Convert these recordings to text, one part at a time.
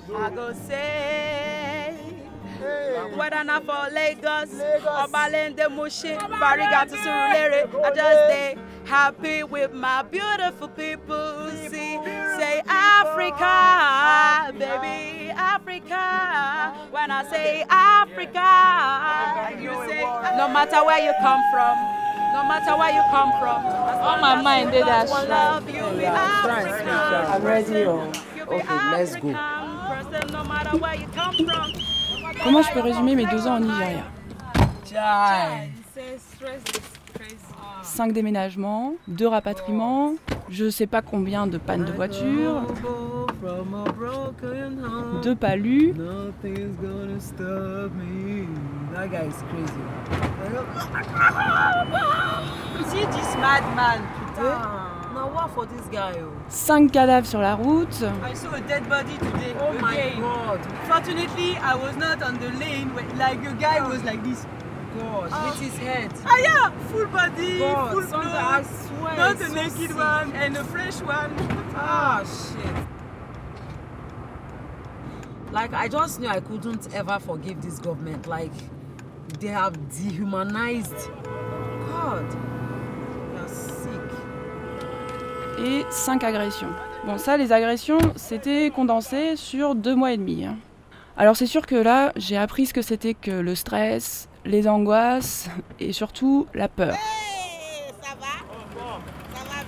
I go say, whether not for Lagos or Balende Mushi, Bariga to Surulere, I just stay happy with my beautiful people. See, say Africa, baby, Africa. When I say Africa, you say no matter where you come from. No matter where you come from, on my mind, they dash. Love you, be African. I'm ready. Okay, let's go. No matter where you come from. Comment je peux résumer mes 2 ans au Nigeria? 5 déménagements, 2 rapatriements, je sais pas combien de pannes de voiture, 2 palus. That guy is crazy. See this madman, putain. Now what for this guy? 5 cadavres sur la route. I saw a dead body today. Oh my God. Fortunately, I was not on the lane. Like the guy was like this. God, with his head. Ah yeah, full body, God, full some clothes. guy, I swear. Not it's a so naked sick. one and a fresh one. Ah, shit. Like, I just knew I couldn't ever forgive this government. Like, they have dehumanized. God, you're sick. Et 5 agressions. Bon, ça, les agressions, c'était condensé sur 2 mois et demi. Alors c'est sûr que là, j'ai appris ce que c'était que le stress, les angoisses et surtout la peur. Hey, ça va? Ça va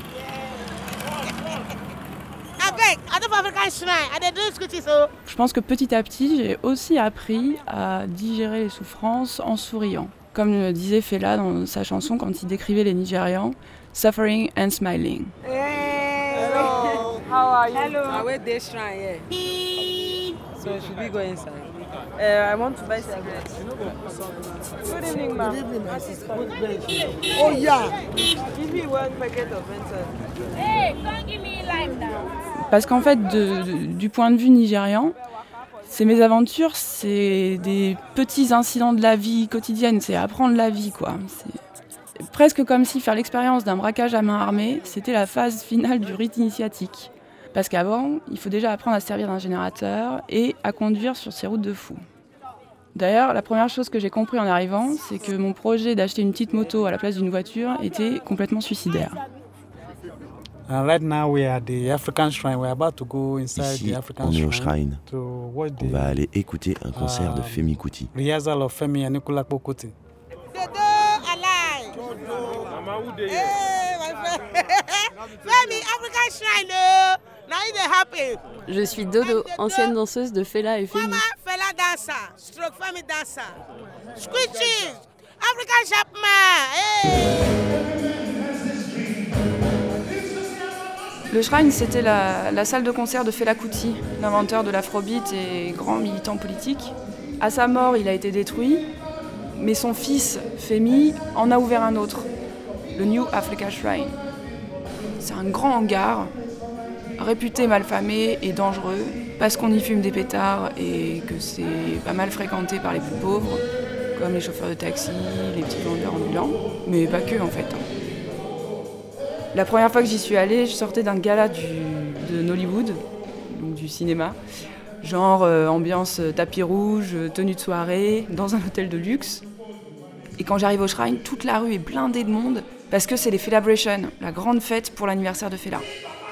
bien. Avec, African Shrine, à des 2 scutis. Je pense que petit à petit, j'ai aussi appris à digérer les souffrances en souriant. Comme le disait Fela dans sa chanson quand il décrivait les Nigérians, « Suffering and smiling ». Hello. How are you? Hello. I went this shrine, yeah. So should we go inside? I want to buy cigarettes. Good evening, ma'am. Good evening, my sister. Oh, yeah. Give me 1 packet of Venter. Hey, don't give me lime now. Parce qu'en fait, du point de vue nigérian, ces mésaventures, c'est des petits incidents de la vie quotidienne, c'est apprendre la vie, quoi. C'est presque comme si faire l'expérience d'un braquage à main armée, c'était la phase finale du rite initiatique. Parce qu'avant, il faut déjà apprendre à se servir d'un générateur et à conduire sur ces routes de fous. D'ailleurs, la première chose que j'ai compris en arrivant, c'est que mon projet d'acheter une petite moto à la place d'une voiture était complètement suicidaire. Right now we are at the African Shrine. We're about to go inside Ici, the African on est au Shrine Shrine. to watch On va the aller écouter un concert de Femi Kuti. rehearsal of Femi Anikulapo Kuti. Dodo alive. Hey, my friend. Femi, African Shrine, no. Now it's happy. Je suis Dodo, ancienne danseuse de Fela et Femi. Mama, Fela dancer, stroke Femi dancer. Squishy, African Chapman. Hey. Le Shrine, c'était la salle de concert de Fela Kuti, l'inventeur de l'afrobeat et grand militant politique. À sa mort, il a été détruit, mais son fils, Femi, en a ouvert un autre, le New Africa Shrine. C'est un grand hangar, réputé malfamé et dangereux, parce qu'on y fume des pétards et que c'est pas mal fréquenté par les plus pauvres, comme les chauffeurs de taxi, les petits vendeurs ambulants, mais pas que en fait. La première fois que j'y suis allée, je sortais d'un gala de Nollywood, donc du cinéma, genre ambiance tapis rouge, tenue de soirée, dans un hôtel de luxe. Et quand j'arrive au Shrine, toute la rue est blindée de monde, parce que c'est les Felabrations, la grande fête pour l'anniversaire de Fela.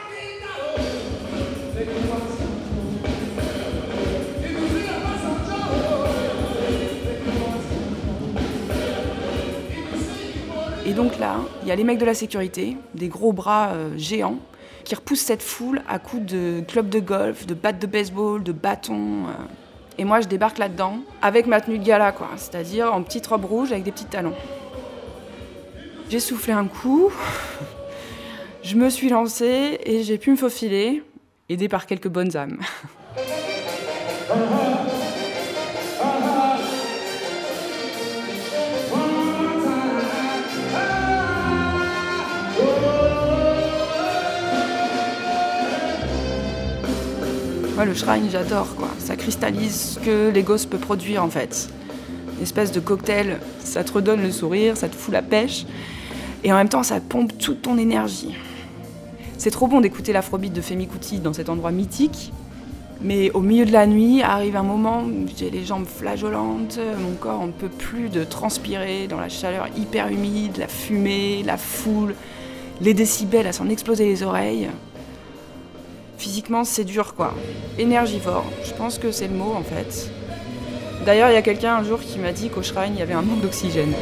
Et donc là, il y a les mecs de la sécurité, des gros bras géants, qui repoussent cette foule à coups de clubs de golf, de battes de baseball, de bâtons. Et moi, je débarque là-dedans, avec ma tenue de gala, quoi, c'est-à-dire en petite robe rouge avec des petits talons. J'ai soufflé un coup, je me suis lancée et j'ai pu me faufiler, aidée par quelques bonnes âmes. Moi, le Shrine, j'adore, quoi. Ça cristallise ce que les gosses peuvent produire, en fait. Une espèce de cocktail, ça te redonne le sourire, ça te fout la pêche, et en même temps, ça pompe toute ton énergie. C'est trop bon d'écouter l'afrobeat de Femi Kuti dans cet endroit mythique, Mais au milieu de la nuit, arrive un moment où j'ai les jambes flageolantes, mon corps ne peut plus de transpirer dans la chaleur hyper humide, la fumée, la foule, les décibels à s'en exploser les oreilles. Physiquement, c'est dur quoi. Énergivore, je pense que c'est le mot en fait. D'ailleurs, il y a quelqu'un un jour qui m'a dit qu'au Shrine, il y avait un manque d'oxygène.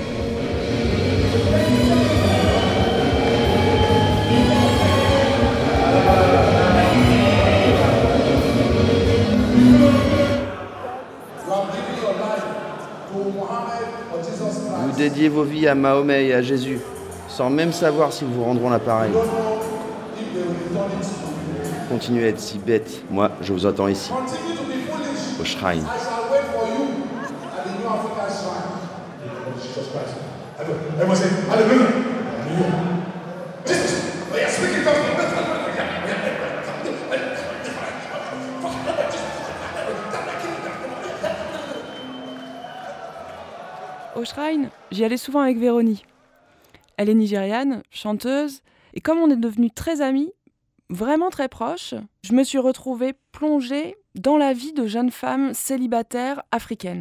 Vous dédiez vos vies à Mahomet et à Jésus, sans même savoir s'ils vous rendront l'appareil. Continuez à être si bête. Moi, je vous attends ici, au Shrine. Au Shrine, j'y allais souvent avec Véronique. Elle est nigériane, chanteuse, et comme on est devenus très amis, vraiment très proches, je me suis retrouvée plongée dans la vie de jeunes femmes célibataires africaines.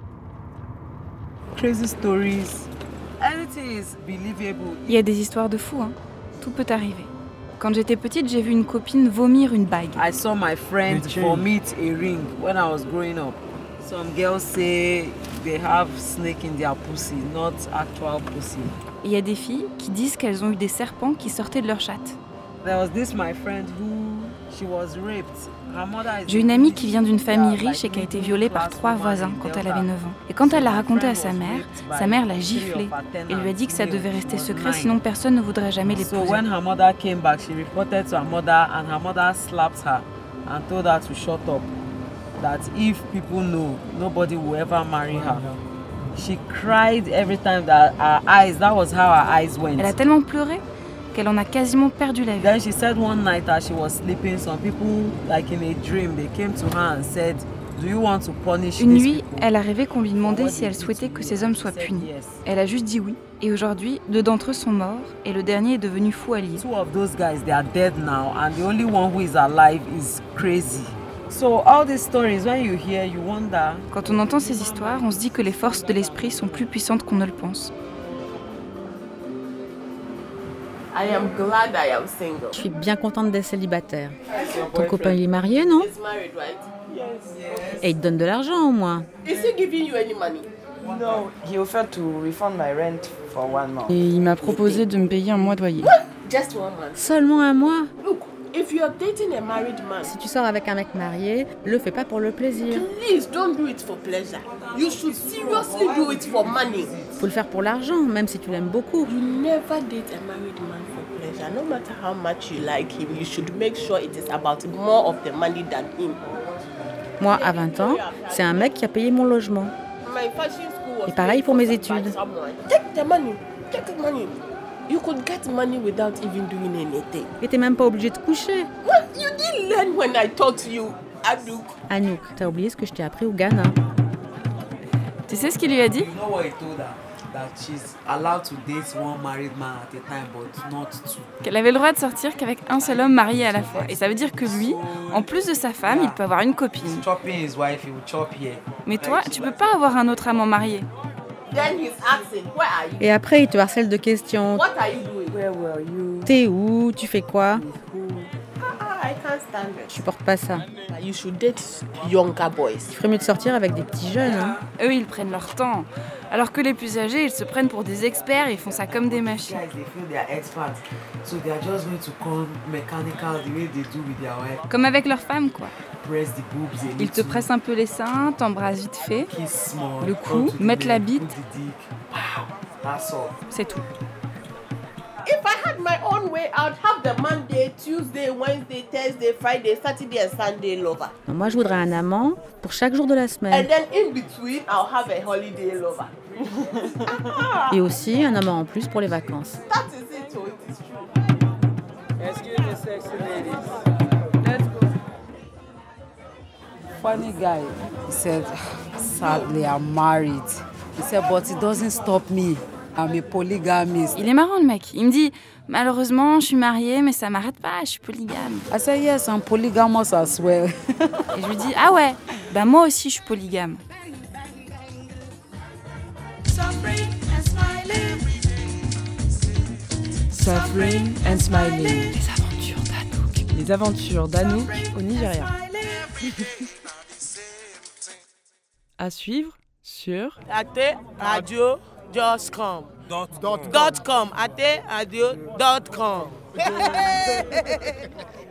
Crazy stories. Anything is believable. Il y a des histoires de fous, hein. Tout peut arriver. Quand j'étais petite, j'ai vu une copine vomir une bague. I saw my friend vomit a ring when I was growing up. Some girls say they have snake in their pussy, not actual pussy. Il y a des filles qui disent qu'elles ont eu des serpents qui sortaient de leur chatte. There was this my friend who she was raped. Her mother is. J'ai une amie qui vient d'une famille riche et qui a été violée par 3 voisins quand elle avait 9 ans. Et quand elle l'a raconté à sa mère l'a giflée et lui a dit que ça devait rester secret, sinon personne ne voudrait jamais l'épouser. So when her mother came back, she reported to her mother and her mother slapped her and told her to shut up. That if people know, nobody will ever marry her. She cried every time that was how her eyes went. Elle a tellement pleuré qu'elle en a quasiment perdu la vue. Then she said one night as she was sleeping, some people, like in a dream, they came to her and said, "Do you want to punish Une these nuit, people?" elle a rêvé qu'on lui demandait si elle souhaitait que ces hommes soient punis. Elle a juste dit oui. Et aujourd'hui, 2 d'entre eux sont morts et le dernier est devenu fou allié. 2 of those guys, they are dead now, and the only one who is alive is crazy. So all these stories, when you hear, you wonder. Quand on entend ces histoires, on se dit que les forces de l'esprit sont plus puissantes qu'on ne le pense. I am glad I am single. Je suis bien contente d'être célibataire. Ton copain il est marié, non? He's married, right? Yes. Et il te donne de l'argent au moins. Is he giving you any money? No, he offered to refund my rent for 1 month. Et il m'a proposé de me payer un mois de loyer. Just 1 month. Seulement 1 mois? Look, if you are dating a married man, Si tu sors avec un mec marié, le fais pas pour le plaisir. please don't do it for pleasure. You should seriously do it for money. Faut le faire pour l'argent, même si tu l'aimes beaucoup. You never date a married man for pleasure. No matter how much you like him, you should make sure it is about more of the money than him. Moi, à 20 ans, c'est un mec qui a payé mon logement. My fashion school was Et pareil pour mes études. by someone. Take the money. Take the money. You could get money without even doing anything. Et t'es même pas obligé de coucher. What? You didn't learn when I taught you, Anouk. Anouk, t'as oublié ce que je t'ai appris au Ghana. Tu sais ce qu'il lui a dit? You know what he told her? That she's allowed to date one married man at a time, but not 2. Qu'elle avait le droit de sortir qu'avec un seul homme marié à la fois. Et ça veut dire que lui, en plus de sa femme, il peut avoir une copine. Chopping his wife, he will chop here. Mais toi, tu peux pas avoir un autre amant marié. Then he's asking, where are you? Et après, il te harcèle de questions. What are you doing? Where were you? T'es où? Tu fais quoi? I can't stand it. Je supporte pas ça. You should date younger boys. Il ferait mieux de sortir avec des petits jeunes. Hein. Eux, ils prennent leur temps. Alors que les plus âgés, ils se prennent pour des experts et font ça comme des machines. They feel they are experts, so they are just going to come mechanical the way they do with their wife. Comme avec leur femme, quoi. Press the boobs a Ils te little, pressent un peu les seins, t'embrassent vite fait, kiss small, le come cou, to the mettent la leg, bite, put the dick. Wow, that's all. c'est tout. If I had my own way, I'd have the Monday, Tuesday, Wednesday, Thursday, Friday, Saturday and Sunday lover. Non, moi, je voudrais un amant pour chaque jour de la semaine. And then in between, I'll have a holiday lover. Et aussi un amant en plus pour les vacances. That is it, oh, it is true. Excuse me, sexy ladies. Let's go. Funny guy. He said, sadly, I'm married. He said, but it doesn't stop me I'm a polygamist. Il est marrant le mec. Il me dit malheureusement je suis mariée mais ça m'arrête pas, je suis polygame. I say yes, I'm polygamous as well. Et je lui dis ah ouais, bah moi aussi je suis polygame. Suffering and smiling. Les aventures d'Anouk au Nigeria. À suivre sur AteRadio.com. .com. AteRadio.com.